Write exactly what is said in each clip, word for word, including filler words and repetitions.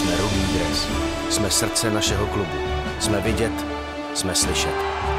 Jsme Rudý dres. Jsme srdce našeho klubu. Jsme vidět, jsme slyšet.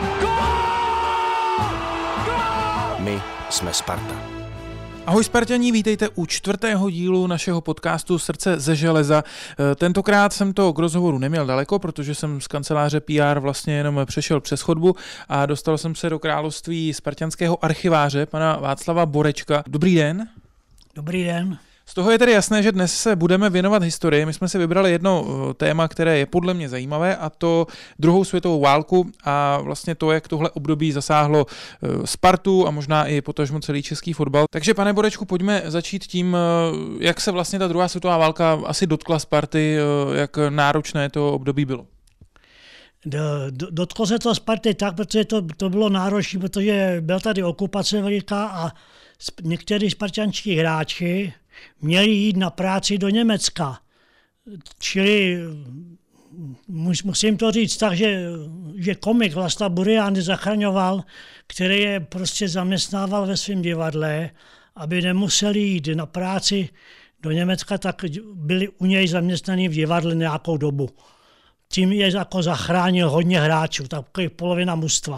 My jsme Sparta. Ahoj Sparťaní, vítejte u čtvrtého dílu našeho podcastu Srdce ze železa. Tentokrát jsem to k rozhovoru neměl daleko, protože jsem z kanceláře P R vlastně jenom přešel přes chodbu a dostal jsem se do království spartanského archiváře, pana Václava Borečka. Dobrý den. Dobrý den. Z toho je tedy jasné, že dnes se budeme věnovat historii. My jsme si vybrali jedno téma, které je podle mě zajímavé, a to druhou světovou válku a vlastně to, jak tohle období zasáhlo Spartu a možná i potažmo celý český fotbal. Takže pane Borečku, pojďme začít tím, jak se vlastně ta druhá světová válka asi dotkla Sparty, jak náročné to období bylo. Dotklo se to Sparty tak, protože to, to bylo náročné, protože byla tady okupace veliká a někteří spartanští hráči měli jít na práci do Německa. Čili musím to říct tak, že, že komik Vlasta Burian zachraňoval, který je prostě zaměstnával ve svém divadle, aby nemuseli jít na práci do Německa, tak byli u něj zaměstnaní v divadle nějakou dobu. Tím je jako zachránil hodně hráčů, takový polovina mužstva.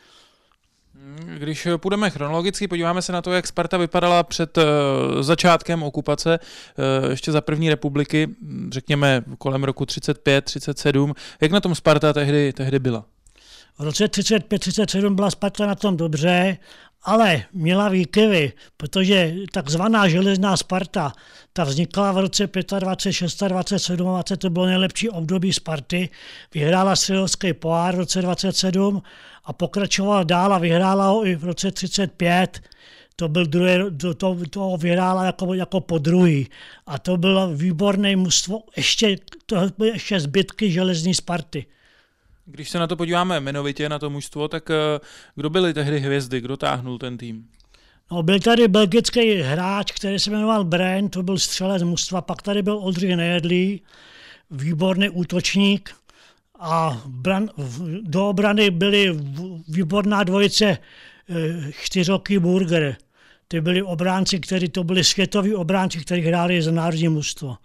Když půjdeme chronologicky, podíváme se na to, jak Sparta vypadala před uh, začátkem okupace, uh, ještě za první republiky, řekněme kolem roku třicet pět třicet sedm. Jak na tom Sparta tehdy, tehdy byla? V roce třicet pět třicet sedm byla Sparta na tom dobře, ale měla výkyvy, protože takzvaná železná Sparta, ta vznikla v roce dvacet pět, dvacet šest, dvacet sedm, to bylo nejlepší období Sparty. Vyhrála středoevropský pohár v roce dvacet sedm a pokračovala dál a vyhrála ho i v roce třicet pět. To byl druhý, to, to, to vyhrála jako, jako po druhý. A to bylo výborné mužstvo, ještě, to byly ještě zbytky železní Sparty. Když se na to podíváme jmenovitě, na to mužstvo, tak kdo byly tehdy hvězdy, kdo táhnul ten tým? No, byl tady belgický hráč, který se jmenoval Brand, to byl střelec mužstva, pak tady byl Oldřich Nejedlý, výborný útočník, a bran, do obrany byly výborná dvojice Čtyřoký Burger. Ty byli obránci, kteří to byli světoví obránci, kteří hráli za národní mužstvo.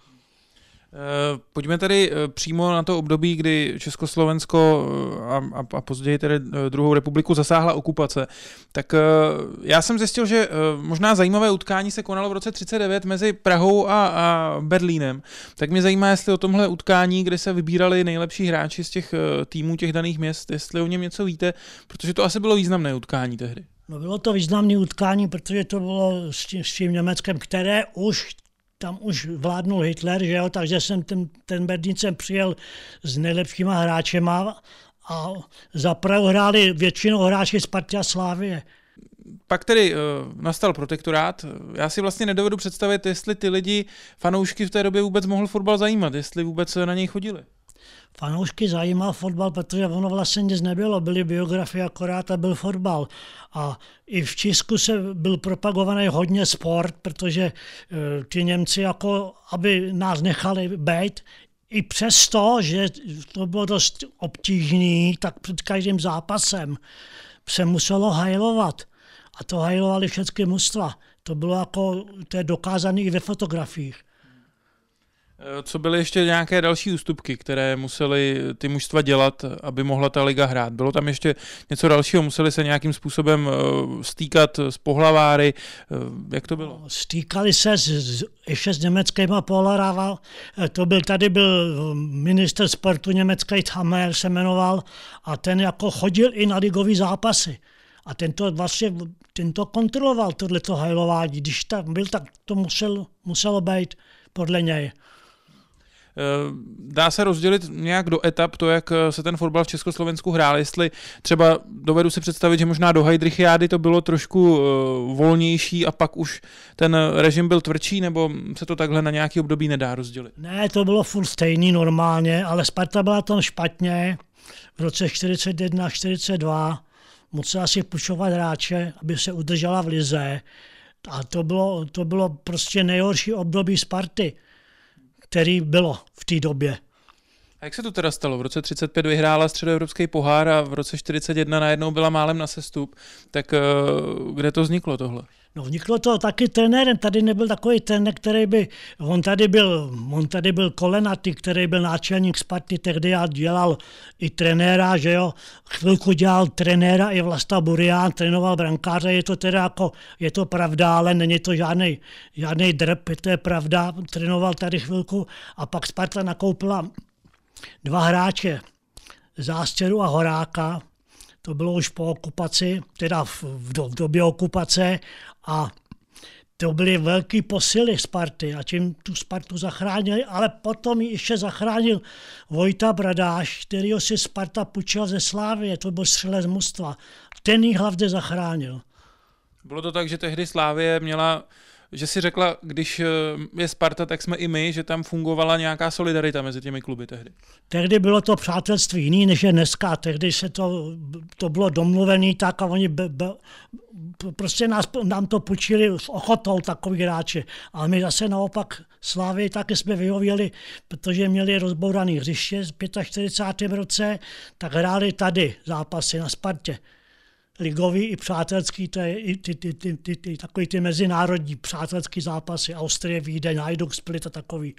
Pojďme tedy přímo na to období, kdy Československo a, a, a později tedy druhou republiku zasáhla okupace. Tak já jsem zjistil, že možná zajímavé utkání se konalo v roce třicet devět mezi Prahou a, a Berlínem. Tak mě zajímá, jestli o tomhle utkání, kde se vybírali nejlepší hráči z těch týmů těch daných měst, jestli o něm něco víte, protože to asi bylo významné utkání tehdy. No, bylo to významné utkání, protože to bylo s tím, s tím Německem, které už tam už vládnul Hitler, že jo, takže jsem ten, ten Berlín jsem přijel s nejlepšíma hráčema a za Prahu hráli většinou hráči Sparty a Slavie. Pak tedy uh, nastal protektorát. Já si vlastně nedovedu představit, jestli ty lidi, fanoušky v té době vůbec mohl fotbal zajímat, jestli vůbec na něj chodili. Fanoušky zajímal fotbal, protože ono vlastně nic nebylo, byly biografie akorát a byl fotbal. A i v Česku se byl propagovaný hodně sport, protože e, ti Němci, jako, aby nás nechali být, i přesto, že to bylo dost obtížné, tak před každým zápasem se muselo hajlovat. A to hajlovali všechny mužstva. To bylo jako, to je dokázané i ve fotografiích. Co byly ještě nějaké další ústupky, které museli ty mužstva dělat, aby mohla ta liga hrát? Bylo tam ještě něco dalšího? Museli se nějakým způsobem stýkat s pohlaváry? Jak to bylo? Stýkali se s, ještě s německýma pohlavárama. To byl, tady byl minister sportu německý, Hammer se jmenoval, a ten jako chodil i na ligový zápasy. A tento vlastně tento kontroloval tohleto hajlování. Když tam byl, tak to musel, muselo být podle něj. Dá se rozdělit nějak do etap to, jak se ten fotbal v Československu hrál, jestli třeba dovedu si představit, že možná do Heidrichiády to bylo trošku volnější a pak už ten režim byl tvrdší, nebo se to takhle na nějaký období nedá rozdělit? Ne, to bylo furt stejný normálně, ale Sparta byla tam špatně v roce čtyřicet jedna čtyřicet dva, musela si pušovat hráče, aby se udržela v lize, a to bylo, to bylo prostě nejhorší období Sparty, který bylo v té době. A jak se to teda stalo? V roce třicet pět vyhrála středoevropský pohár a v roce čtyřicet jedna najednou byla málem na sestup. Tak kde to vzniklo tohle? No vzniklo to taky trenérem, tady nebyl takový trenér, který by, on tady byl, on tady byl Kolenatý, který byl náčelník Sparty tehdy a dělal i trenéra, že jo, chvilku dělal trenéra i Vlasta Burian, trénoval brankáře, je to teda jako, je to pravda, ale není to žádný, žádný drb, to je pravda, trénoval tady chvilku a pak Sparta nakoupila dva hráče, Zástěru a Horáka, to bylo už po okupaci, teda v, v době okupace a to byly velký posily Sparty a čím tu Spartu zachránili, ale potom ji ještě zachránil Vojta Bradáš, kterýho si Sparta půjčila ze Slávie, to byl střelec mužstva. Ten ji hlavně zachránil. Bylo to tak, že tehdy Slávie měla, že si řekla, když je Sparta, tak jsme i my, že tam fungovala nějaká solidarita mezi těmi kluby tehdy. Tehdy bylo to přátelství jiný, než je dneska. Tehdy se to, to bylo domluvený tak a oni be, be, prostě nás, nám to půjčili s ochotou takový hráči. Ale my zase naopak Slávii taky jsme vyhověli, protože měli rozbouraný hřiště v čtyřicátém pátém roce, tak hráli tady zápasy na Spartě. Ligový i přátelský, to je i ty, ty, ty, ty, ty, takový ty mezinárodní přátelský zápasy, Austrie, Vídeň, Hajduk, Split a takový.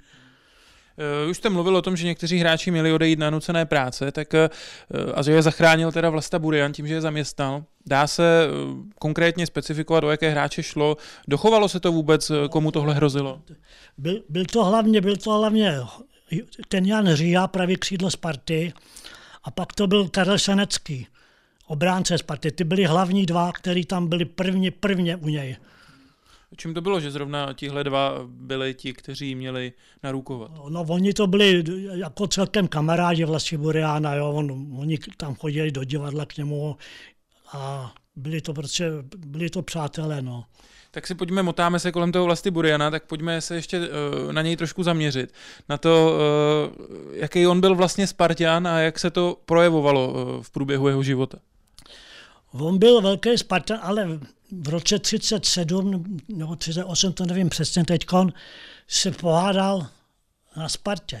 Uh, už jste mluvil o tom, že někteří hráči měli odejít na nucené práce, tak uh, a že je zachránil teda Vlasta Burian tím, že je zaměstnal. Dá se uh, konkrétně specifikovat, o jaké hráče šlo? Dochovalo se to vůbec, komu tohle hrozilo? Byl, byl to hlavně, byl to hlavně ten Jan Říha, pravý křídlo Sparty, a pak to byl Karel Senecký, obránce Sparty. Ty byli hlavní dva, kteří tam byli prvně, prvně u něj. Čím to bylo, že zrovna tihle dva byli ti, kteří měli narukovat? No, no oni to byli jako celkem kamarádi Vlasti Buriana, jo, on, oni tam chodili do divadla k němu a byli to prostě, byli to přátelé, no. Tak si pojďme, motáme se kolem toho Vlasty Buriana, tak pojďme se ještě uh, na něj trošku zaměřit. Na to, uh, jaký on byl vlastně Spartan a jak se to projevovalo uh, v průběhu jeho života. On byl velký Spartan, ale v roce třicet sedm nebo třicet osm, to nevím přesně teďkon, se pohádal na Spartě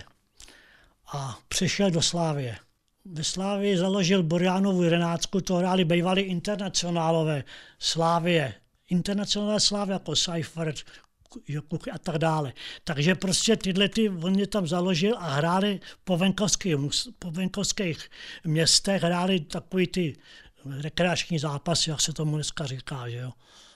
a přišel do Slávie. Ve Slávii založil Burianovu jedenáctku, to hráli bývalí internacionálové Slávie. Internacionálové Slávie jako Seifert a tak dále. Takže prostě tyhle ty, on je tam založil a hráli po venkovských, po venkovských městech, hráli takový ty rekreační zápasy, jak se tomu dneska říká, že jo.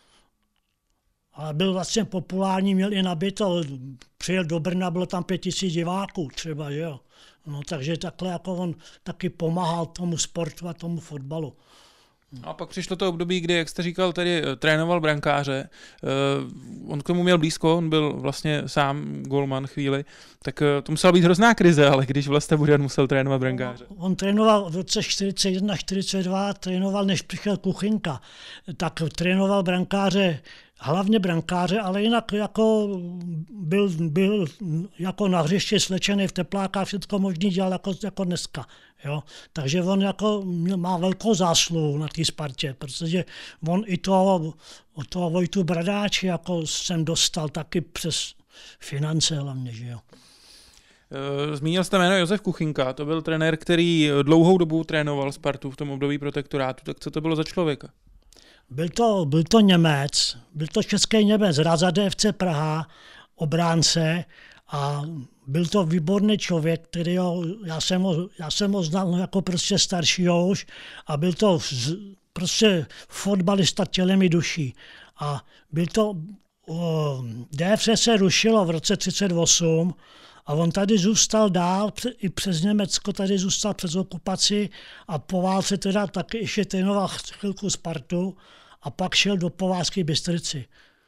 Ale byl vlastně populární, měl i nabito, přijel do Brna, bylo tam pět tisíc diváků třeba, že jo. No, takže takhle jako on taky pomáhal tomu sportu a tomu fotbalu. A pak přišlo to období, kdy, jak jste říkal, tady trénoval brankáře. Uh, on k tomu měl blízko, on byl vlastně sám golman chvíli, tak uh, to musela být hrozná krize, ale když Vlasta Burian musel trénovat brankáře. On, on trénoval v roce čtyřicet jedna čtyřicet dva, trénoval, než přišel Kuchyňka, tak trénoval brankáře, hlavně brankáře, ale jinak jako byl, byl jako na hřišti slečený v teplákách, všechno možný dělal jako, jako dneska. Jo? Takže on jako má velkou zásluhu na té Spartě, protože on i toho, toho Vojtu Bradáče jako jsem dostal taky přes finance hlavně, že jo. Zmínil jste jméno Josef Kuchyňka, to byl trenér, který dlouhou dobu trénoval Spartu v tom období protektorátu, tak co to bylo za člověka? Byl to, byl to Němec, byl to český Němec, Raza D F C Praha, obránce a byl to výborný člověk, kterýho, já jsem ho, já jsem ho znal jako prostě staršího už a byl to prostě fotbalista tělem i duší. A byl to, o, D F C se rušilo v roce třicet osm a on tady zůstal dál, i přes Německo tady zůstal přes okupaci a po válce teda taky ještě trénoval chvilku Spartu a pak šel do Povážské Bystrici.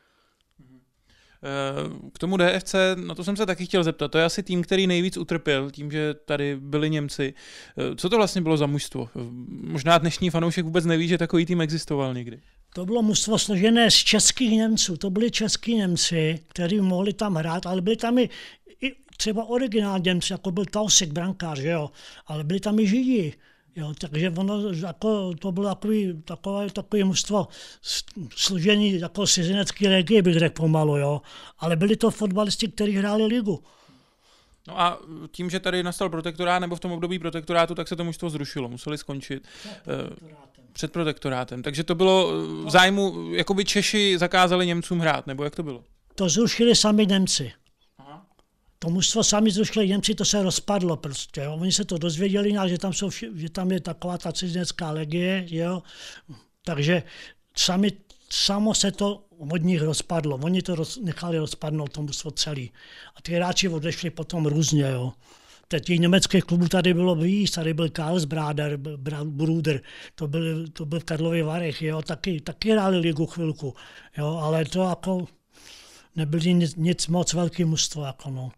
K tomu D F C, no to jsem se taky chtěl zeptat, to je asi tým, který nejvíc utrpěl tím, že tady byli Němci. Co to vlastně bylo za mužstvo? Možná dnešní fanoušek vůbec neví, že takový tým existoval někdy. To bylo mužstvo složené z českých Němců, to byli český Němci, kteří mohli tam hrát, ale byli tam i, i třeba originální Němci, jako byl Tausig, brankář, jo, ale byli tam i Židi. Jo, takže ono, jako, to bylo takový, takové, takové mužstvo složení jako cizinecký legie, bych řekl pomalu, jo. Ale byli to fotbalisti, kteří hráli ligu. No a tím, že tady nastal protektorát, nebo v tom období protektorátu, tak se to mužstvo zrušilo, museli skončit. Před protektorátem. Takže to bylo v zájmu, jakoby Češi zakázali Němcům hrát, nebo jak to bylo? To zrušili sami Němci. Aha. To mužstvo sami zrušili Němci, to se rozpadlo prostě. Jo. Oni se to dozvěděli, že tam, jsou, že tam je taková ta cizinecká legie, jo. Takže sami, samo se to od nich rozpadlo. Oni to roz, nechali rozpadnout, to mužstvo celý. A ty hráči odešli potom různě, jo. Těch německých klubů tady bylo víc, tady byl Karlsbruder, Bruder, to byl, to byl v Karlových Varech, jo, taky, taky hráli ligu chvilku, jo, ale to jako nebyly nic, nic moc velký mužstvo, jako no.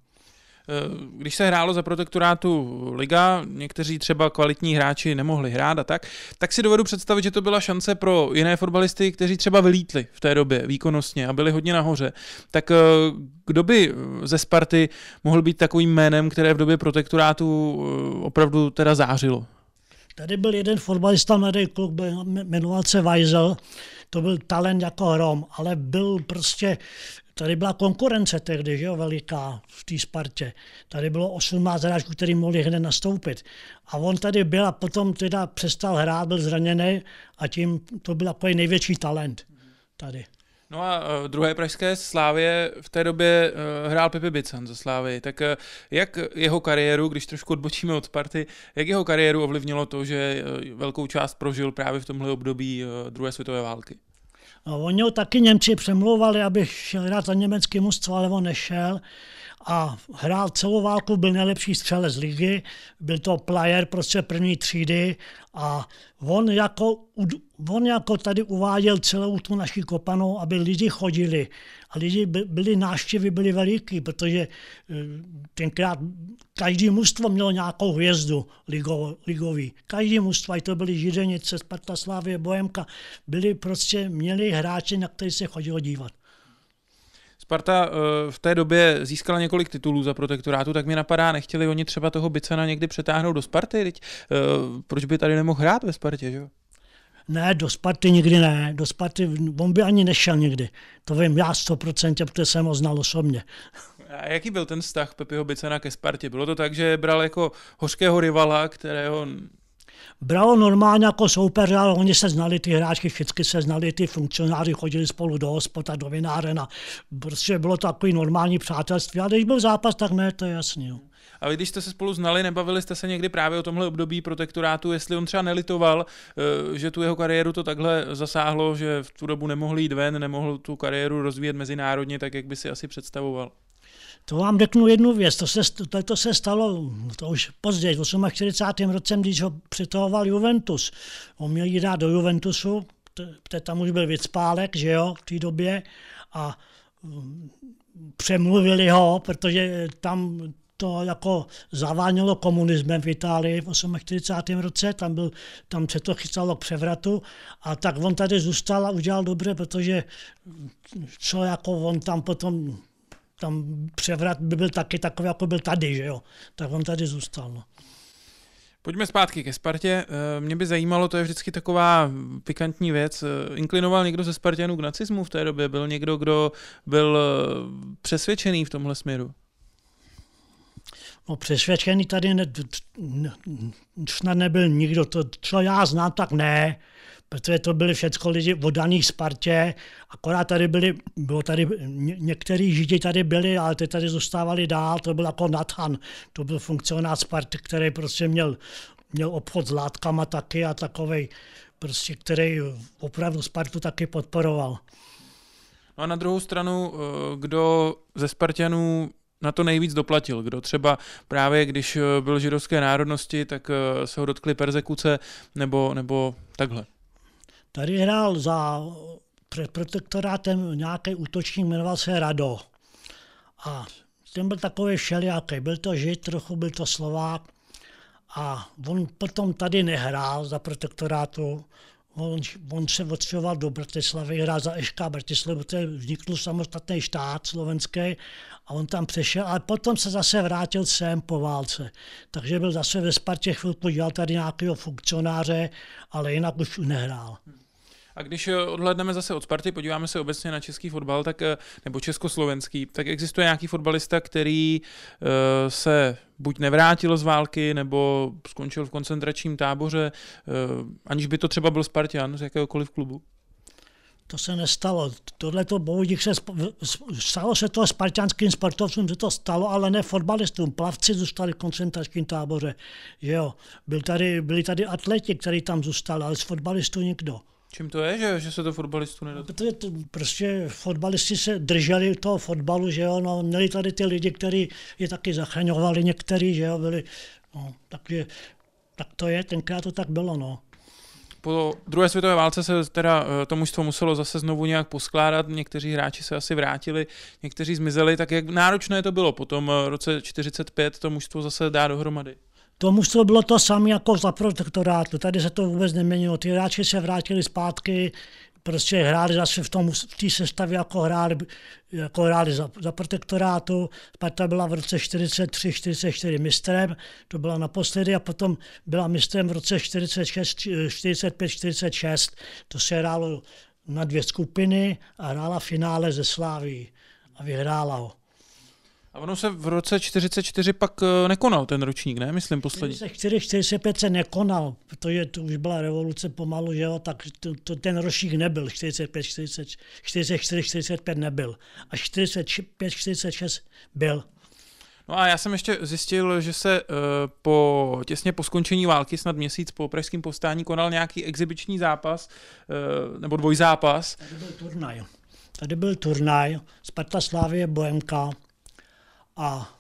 Když se hrálo za protektorátu liga, někteří třeba kvalitní hráči nemohli hrát a tak, tak si dovedu představit, že to byla šance pro jiné fotbalisty, kteří třeba vylítli v té době výkonnostně a byli hodně nahoře. Tak kdo by ze Sparty mohl být takovým jménem, které v době protektorátu opravdu teda zářilo? Tady byl jeden fotbalista, mladý kluk, jmenoval se Weisel, to byl talent jako hrom, ale byl prostě, tady byla konkurence tehdy, že jo, veliká v té Spartě. Tady bylo osmnáct hráčů, kteří mohli hned nastoupit. A on tady byl a potom teda přestal hrát, byl zraněný a tím to byl takový největší talent tady. No a v druhé pražské Slávě v té době hrál Pepe Bican za Slávy. Tak jak jeho kariéru, když trošku odbočíme od Sparty, jak jeho kariéru ovlivnilo to, že velkou část prožil právě v tomhle období druhé světové války? No, oni ho taky Němci přemlouvali, aby šel hrát za německý mužstvo, ale on nešel. A hrál celou válku, byl nejlepší střelec ligy, byl to player prostě první třídy a on jako, on jako tady uváděl celou tu naši Kopanou, aby lidi chodili. A lidi byli, návštěvy byly veliký, protože tenkrát každý mužstvo mělo nějakou hvězdu ligový. Každý mužstvo, ať to byly Židenice, Sparta, Slavie, Bohemka, byli prostě, měli hráče, na který se chodilo dívat. Sparta v té době získala několik titulů za protektorátu, tak mi napadá, nechtěli oni třeba toho Bicana někdy přetáhnout do Sparty? Teď, proč by tady nemohl hrát ve Spartě, že jo? Ne, do Sparty nikdy ne. Do Sparty, on by ani nešel nikdy. To vím já sto procent, protože jsem ho znal osobně. A jaký byl ten vztah Pepiho Bicana ke Spartě? Bylo to tak, že bral jako hořkého rivala, kterého... Bralo normálně jako soupeře, ale oni se znali, ty hráčky, všichni se znali, ty funkcionáři chodili spolu do hospod a do vináren a prostě bylo to takový normální přátelství, ale když byl zápas, tak ne, to je jasný. Jo. A vy, když jste se spolu znali, nebavili jste se někdy právě o tomhle období protektorátu, jestli on třeba nelitoval, že tu jeho kariéru to takhle zasáhlo, že v tu dobu nemohl jít ven, nemohl tu kariéru rozvíjet mezinárodně, tak jak by si asi představoval? To vám řeknu jednu věc, to se, to, to se stalo, to už později, v čtyřicátém osmém roce, když ho přetahoval Juventus. On měl jít dát do Juventusu, protože tam už byl Vicpálek, že jo, v té době, a um, přemluvili ho, protože tam to jako zavánělo komunismem v Itálii v čtyřicátém osmém roce, tam, byl, tam se to chystalo k převratu a tak on tady zůstal a udělal dobře, protože co jako on tam potom... Tam převrat by byl taky takový, jako byl tady, že jo. Tak on tady zůstal. No. Pojďme zpátky ke Spartě. Mě by zajímalo, to je vždycky taková pikantní věc. Inklinoval někdo ze Spartanů k nacismu v té době? Byl někdo, kdo byl přesvědčený v tomhle směru? No přesvědčený tady ne, ne, snad nebyl nikdo. To, co já znám, tak ne. Protože to byli všechno lidi oddaný Spartě, akorát tady byli, bylo tady, ně, některý Židi tady byli, ale ty tady zůstávali dál, to byl jako Nathan, to byl funkcionář Sparty, který prostě měl, měl obchod s látkama taky a takovej, prostě, který opravdu Spartu taky podporoval. No a na druhou stranu, kdo ze Spartanů na to nejvíc doplatil, kdo třeba právě, když byl židovské národnosti, tak se ho dotkli perzekuce nebo, nebo takhle? Tady hrál za před protektorátem nějaký útočník, jmenoval se Rado. A ten byl takový všelijaký, byl to Žid, trochu byl to Slovák. A on potom tady nehrál za protektorátu. On, on se odstěhoval do Bratislavy, hrál za Eška Bratislavu, protože vznikl samostatný štát slovenský a on tam přešel, ale potom se zase vrátil sem po válce. Takže byl zase ve Spartě chvilku, dělal tady nějakého funkcionáře, ale jinak už nehrál. A když odhlédneme zase od Sparty, podíváme se obecně na český fotbal, tak, nebo československý, tak existuje nějaký fotbalista, který se buď nevrátil z války, nebo skončil v koncentračním táboře, aniž by to třeba byl Spartan z jakéhokoliv klubu? To se nestalo. Tohleto bohudík se stalo se to spartanským sportovcům, že to stalo, ale ne fotbalistům. Plavci zůstali v koncentračním táboře. Že jo. Byl tady, byli tady atleti, kteří tam zůstali, ale z fotbalistů nikdo. Čím to je, že, že se to fotbalistů nedá? Protože to, prostě fotbalisti se drželi toho fotbalu, že jo, no, měli tady ty lidi, kteří je taky zachraňovali, někteří, že jo, byli, no, takže, tak to je, tenkrát to tak bylo, no. Po druhé světové válce se teda to mužstvo muselo zase znovu nějak poskládat, někteří hráči se asi vrátili, někteří zmizeli, tak jak náročné to bylo po tom roce čtyřicet pět to mužstvo zase dá dohromady? To mužstvo bylo to samé jako za protektorátu, tady se to vůbec neměnilo, ty hráči se vrátili zpátky, prostě hráli zase v tom v té sestavě, jako hráli, jako hráli za, za protektorátu. Sparta byla v roce čtyřicet tři čtyřicet čtyři mistrem, to byla naposledy, a potom byla mistrem v roce čtyřicet šest čtyřicet pět čtyřicet šest. To se hrálo na dvě skupiny a hrála finále ze Sláví a vyhrála ho. A ono se v roce čtyřicet čtyři pak nekonal ten ročník, ne? Myslím poslední. čtyřicet čtyři čtyřicet pět se nekonal, protože to už byla revoluce pomalu, že jo, tak to, to, ten ročník nebyl, čtyřicet pět čtyřicet čtyři čtyřicet pět nebyl, a čtyřicet pět čtyřicet šest byl. No a já jsem ještě zjistil, že se uh, po, těsně po skončení války, snad měsíc po pražském povstání, konal nějaký exibiční zápas, uh, nebo dvojzápas. Tady byl turnaj. Tady byl turnaj, Sparta Slavie Bohemka. A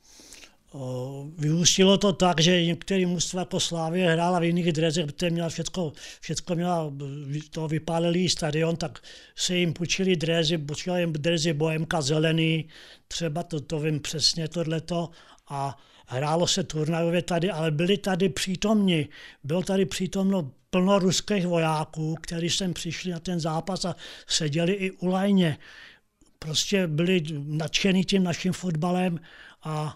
o, vyústilo to tak, že některé mužstva jako Slavie hrála v jiných drezech, protože měla všecko, všecko měla to vypálilý stadion, tak se jim půjčili drezy, půjčila jim drezy Bohemka zelený, třeba to, to vím přesně tohleto, a hrálo se turnajově tady, ale byli tady přítomni, bylo tady přítomno plno ruských vojáků, kteří sem přišli na ten zápas a seděli i u lajně. Prostě byli nadšení tím naším fotbalem a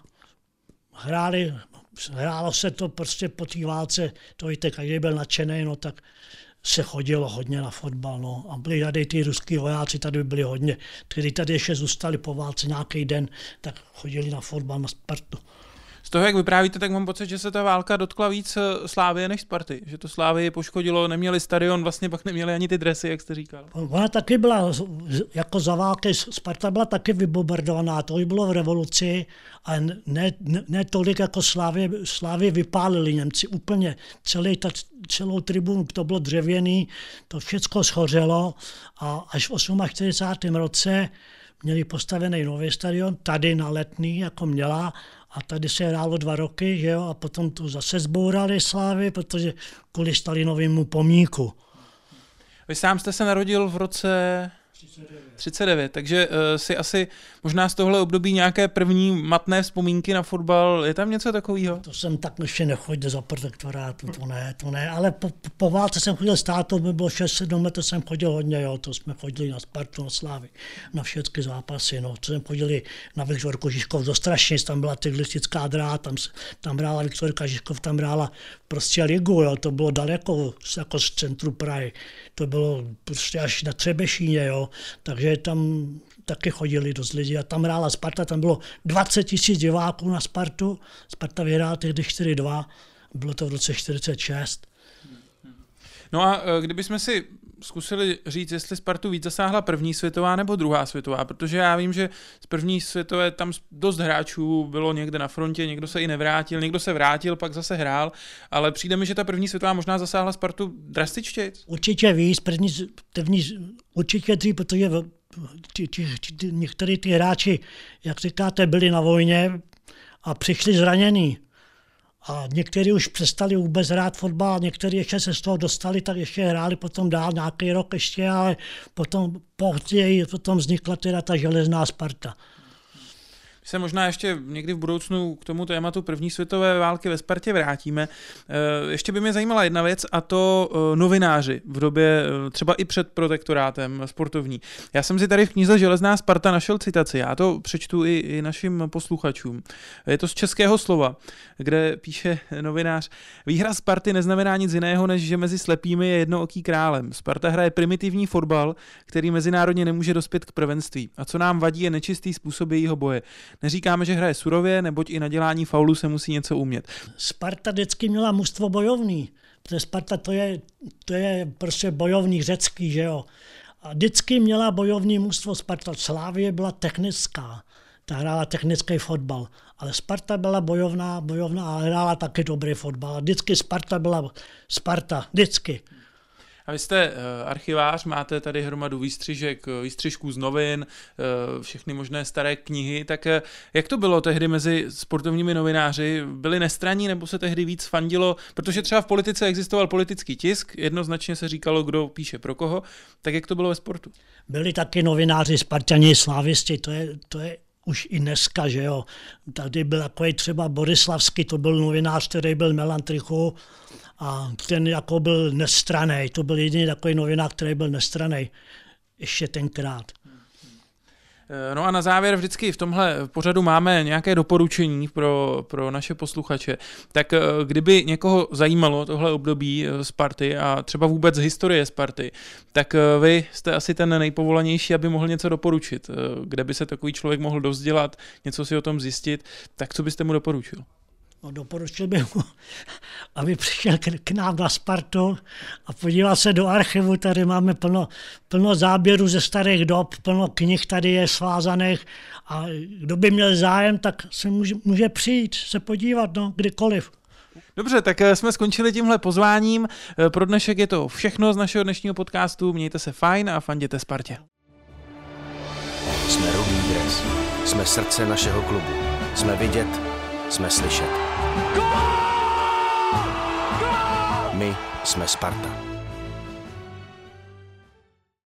hráli, hrálo se to prostě po té válce, to víte, každý byl nadšený, no tak se chodilo hodně na fotbal, no, a byli tady ty ruský vojáci, tady byli hodně, kteří tady ještě zůstali po válce nějaký den, tak chodili na fotbal, na Spartu. Z toho, jak vyprávíte, tak mám pocit, že se ta válka dotkla víc Slávie než Sparty. Že to Slávii poškodilo, neměli stadion, vlastně pak neměli ani ty dresy, jak jste říkal. Ona taky byla, jako za války, Sparta byla taky vybombardovaná, to už bylo v revoluci, a ne, ne, ne tolik jako Slávie, Slávie vypálili Němci úplně. Celý, ta, celou tribunu, to bylo dřevěný, to všecko schořelo, a až v čtyřicátém osmém roce měli postavený nový stadion, tady na Letný, jako měla, a tady se hrálo dva roky, že jo, a potom tu zase zbourali Slávy, protože kvůli Stalinovému pomníku. Vy sám jste se narodil v roce třicet devět, takže uh, si asi možná z tohle období nějaké první matné vzpomínky na fotbal, je tam něco takového? To jsem tak ještě nechodil za protektorátu, to ne, to ne, ale po, po válce jsem chodil s tátou, by bylo šest sedm let, to jsem chodil hodně, jo, to jsme chodili na Spartu, na Slávy, na všechny zápasy, no, to jsme chodili na Viktorku Žižkov do Strašnic, tam byla tyglistická dráha, tam, tam hrála Viktorka Žižkov, tam hrála prostě ligu, jo, to bylo daleko jako z centru Prahy, to bylo prostě až na Třebešíně, jo, takže tam taky chodili dost lidí a tam hrála Sparta, tam bylo dvacet tisíc diváků na Spartu, Sparta vyhrála tehdy čtyři dva, bylo to v roce čtyřicet šest. No a kdybychom si zkusili říct, jestli Spartu víc zasáhla první světová nebo druhá světová, protože já vím, že z první světové tam dost hráčů bylo někde na frontě, někdo se i nevrátil, někdo se vrátil, pak zase hrál, ale přijde mi, že ta první světová možná zasáhla Spartu drastičtěji. Určitě víc, první, první určitě dřív, protože ti, ti, ti, některý ty hráči, jak říkáte, byli na vojně a přišli zranění. A někteří už přestali vůbec hrát fotbal, někteří ještě se z toho dostali, tak ještě hráli potom dál nějaký rok ještě, ale potom později potom vznikla teda ta železná Sparta. My se možná ještě někdy v budoucnu k tomu tématu první světové války ve Spartě vrátíme. Ještě by mě zajímala jedna věc, a to novináři v době třeba i před protektorátem sportovní. Já jsem si tady v knize Železná Sparta našel citaci, já to přečtu i, i našim posluchačům. Je to z Českého slova, kde píše novinář: výhra Sparty neznamená nic jiného, než že mezi slepými je jednooký králem. Sparta hraje primitivní fotbal, který mezinárodně nemůže dospět k prvenství. A co nám vadí, je nečistý způsob jejího boje. neříkáme, že hraje surově, neboť i na dělání faulu se musí něco umět. Sparta vždycky měla mužstvo bojovný, protože Sparta to je, to je prostě bojovný řecký, že jo. A vždycky měla bojovný mužstvo Sparta. Slavie byla technická, ta hrála technický fotbal, ale Sparta byla bojovná, bojovná a hrála taky dobrý fotbal. A vždycky Sparta byla Sparta, vždycky. A vy jste uh, archivář, máte tady hromadu výstřižek, výstřižků z novin, uh, všechny možné staré knihy, tak uh, jak to bylo tehdy mezi sportovními novináři? Byli nestranní nebo se tehdy víc fandilo? Protože třeba v politice existoval politický tisk, jednoznačně se říkalo, kdo píše pro koho, tak jak to bylo ve sportu? Byli taky novináři, Sparťani, slávisti, to je, to je už i dneska, že jo. Tady byl takový třeba Borislavský, to byl novinář, který byl Melantrichu a ten jako byl nestranný. To byl jediný takový novinář, který byl nestranný ještě tenkrát. No a na závěr vždycky v tomhle pořadu máme nějaké doporučení pro, pro naše posluchače. Tak kdyby někoho zajímalo tohle období Sparty a třeba vůbec historie Sparty, tak vy jste asi ten nejpovolanější, aby mohl něco doporučit. Kde by se takový člověk mohl dovzdělat, něco si o tom zjistit, tak co byste mu doporučil? No, doporučil bych mu, aby přišel k nám na Spartu a podíval se do archivu. Tady máme plno, plno záběrů ze starých dob, plno knih tady je svázaných a kdo by měl zájem, tak se může, může přijít, se podívat, no, kdykoliv. Dobře, tak jsme skončili tímhle pozváním. Pro dnešek je to všechno z našeho dnešního podcastu. Mějte se fajn a fanděte Spartě. Jsme Rudý dres. Jsme srdce našeho klubu. Jsme vidět, jsme slyšet. My jsme Sparta.